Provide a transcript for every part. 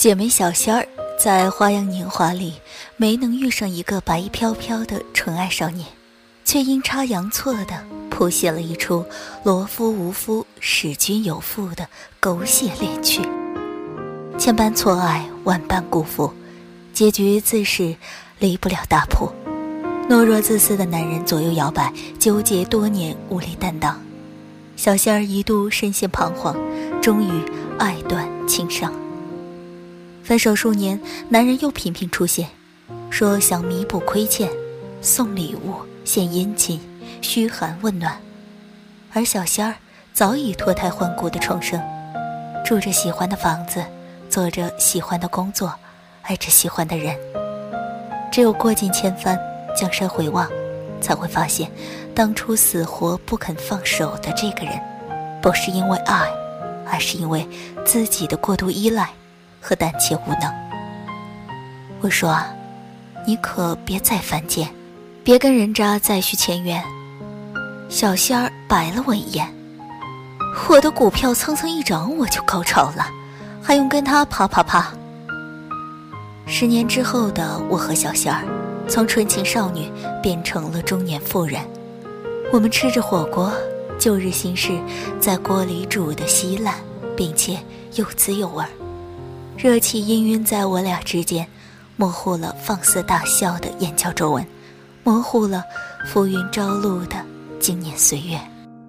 姐妹小仙儿在花样年华里没能遇上一个白衣飘飘的纯爱少年，却阴差阳错地谱写了一出罗夫无夫使君有妇的狗血恋曲。千般错爱，万般辜负，结局自是离不了大谱。懦弱自私的男人左右摇摆，纠结多年无力担当。小仙儿一度深陷彷徨，终于爱断情伤。分手数年，男人又频频出现，说想弥补亏欠，送礼物，献殷勤，嘘寒问暖。而小仙儿早已脱胎换骨的重生，住着喜欢的房子，做着喜欢的工作，爱着喜欢的人。只有过尽千帆，江山回望，才会发现当初死活不肯放手的这个人，不是因为爱，而是因为自己的过度依赖和胆怯无能。我说啊，你可别再犯贱，别跟人渣再续前缘。小仙儿白了我一眼，我的股票蹭蹭一涨我就高潮了，还用跟他啪啪啪。10年之后的我和小仙儿，从纯情少女变成了中年妇人。我们吃着火锅，旧日心事在锅里煮得稀烂，并且有滋有味。热气氤氲在我俩之间，模糊了放肆大笑的眼角皱纹，模糊了浮云朝露的经年岁月。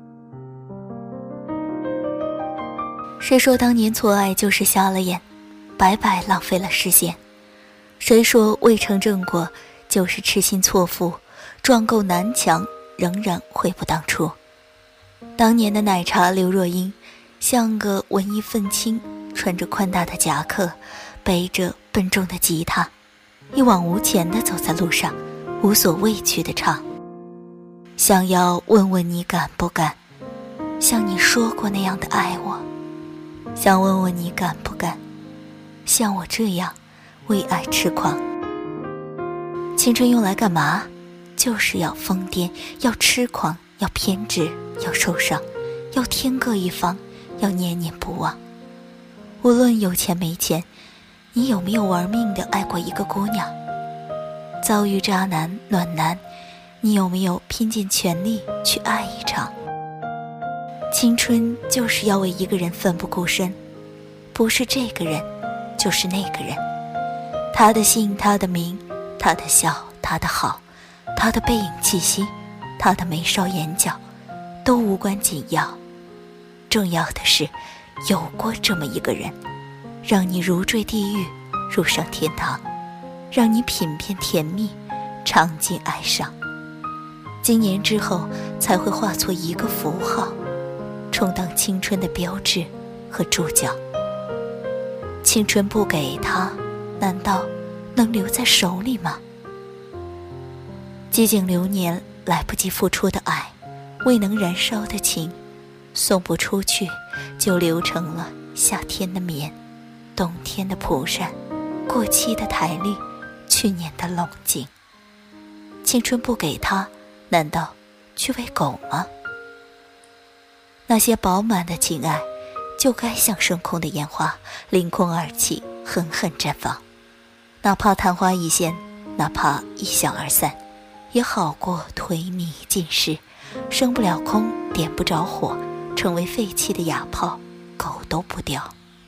谁说当年错爱就是瞎了眼，白白浪费了视线？谁说未成正果就是痴心错付，撞够南墙仍然悔不当初？当年的奶茶刘若英像个文艺愤青，穿着宽大的夹克，背着笨重的吉他，一往无前地走在路上，无所畏惧地唱，想要问问你敢不敢像你说过那样的爱我，想问问你敢不敢像我这样为爱痴狂。青春用来干嘛？就是要疯癫，要痴狂，要偏执，要受伤，要天各一方，要念念不忘。无论有钱没钱，你有没有玩命地爱过一个姑娘？遭遇渣男暖男，你有没有拼尽全力去爱一场？青春就是要为一个人奋不顾身，不是这个人就是那个人，他的姓，他的名，他的笑，他的好，他的背影气息，他的眉梢眼角，都无关紧要。重要的是有过这么一个人，让你如坠地狱，如上天堂，让你品遍甜蜜，尝尽哀伤。经年之后才会化作一个符号，充当青春的标志和注脚。青春不给他，难道能留在手里吗？寂静流年，来不及付出的爱，未能燃烧的情，送不出去，就流成了夏天的棉，冬天的蒲扇，过期的台历，去年的龙井。青春不给他，难道去喂狗吗？那些饱满的情爱，就该像升空的烟花，凌空而起，狠狠绽放。哪怕昙花一现，哪怕一响而散，也好过颓靡尽失，生不了空，点不着火，成为废弃的哑炮，狗都不叼。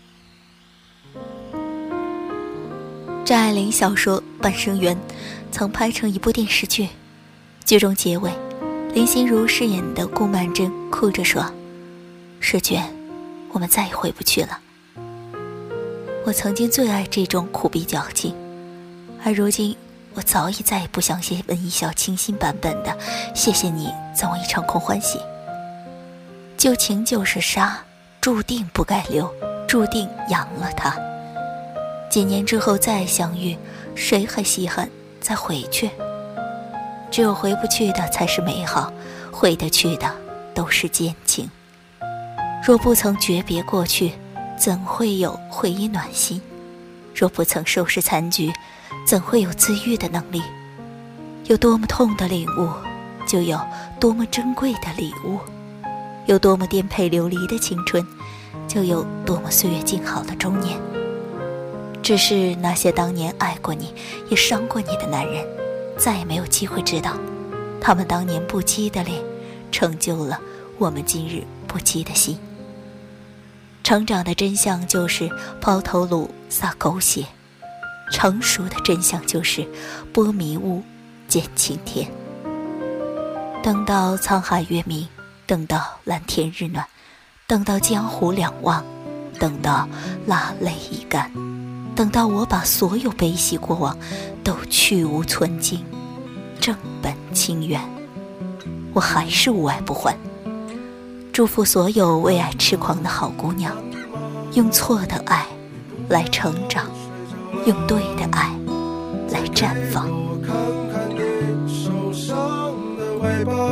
张爱玲小说《半生缘》曾拍成一部电视剧，剧中结尾，林心如饰演的顾曼桢哭着说：世娟，我们再也回不去了。我曾经最爱这种苦逼矫情，而如今我早已再也不想写文艺小清新版本的谢谢你赠我一场空欢喜。旧情就是沙，注定不该留，注定养了它。几年之后再相遇，谁还稀罕再回去？只有回不去的才是美好，回得去的都是奸情。若不曾诀别过去，怎会有回忆暖心？若不曾收拾残局，怎会有自愈的能力？有多么痛的领悟，就有多么珍贵的礼物。有多么颠沛流离的青春，就有多么岁月静好的中年。 只是那些当年爱过你也伤过你的男人，再也没有机会知道，他们当年不羁的脸成就了我们今日不羁的心。成长的真相就是抛头颅洒狗血，成熟的真相就是拨迷雾见青天。等到沧海月明，等到蓝天日暖，等到江湖两忘，等到蜡泪已干，等到我把所有悲喜过往都去无存菁，正本清源，我还是无爱不欢。祝福所有为爱痴狂的好姑娘，用错的爱来成长，用对的爱来绽放。 看看你受伤的尾巴，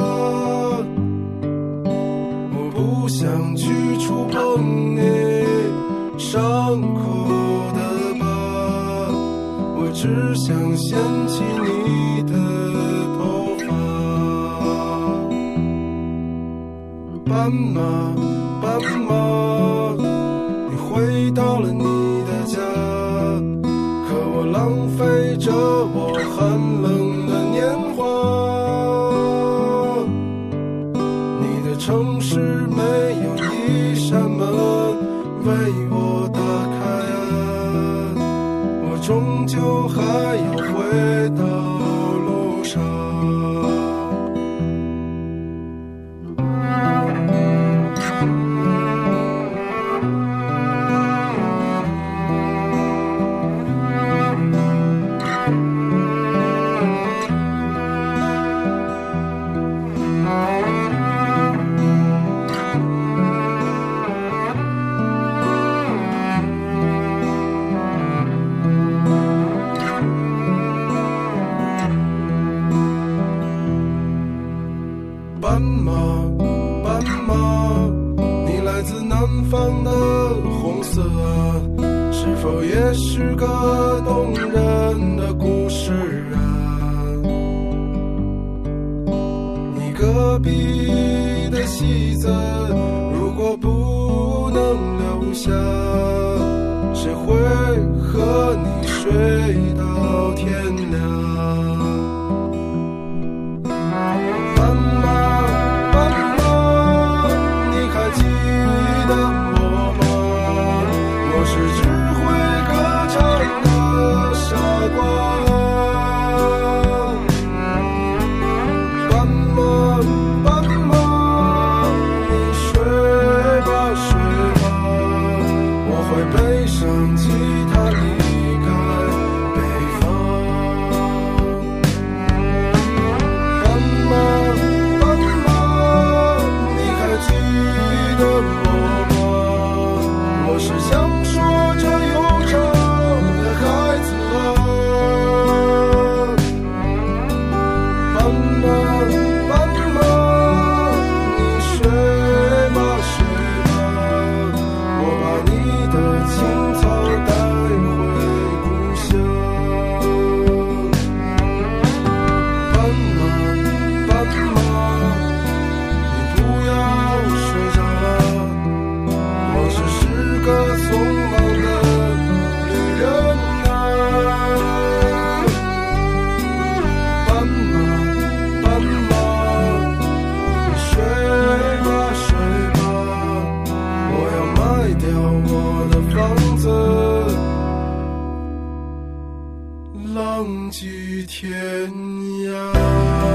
我不想去触碰你伤口的疤，我只想掀起你的头发。斑马，斑马，你回到了你的家，可我浪费着我寒冷的年华。你的城市没有一扇门为我打开啊，我终究还要回到路上。斑马，斑马，你来自南方的红色啊，是否也是个动人的故事啊？你隔壁的戏子，如果不能留下，谁会和你睡到天亮？浪迹天涯。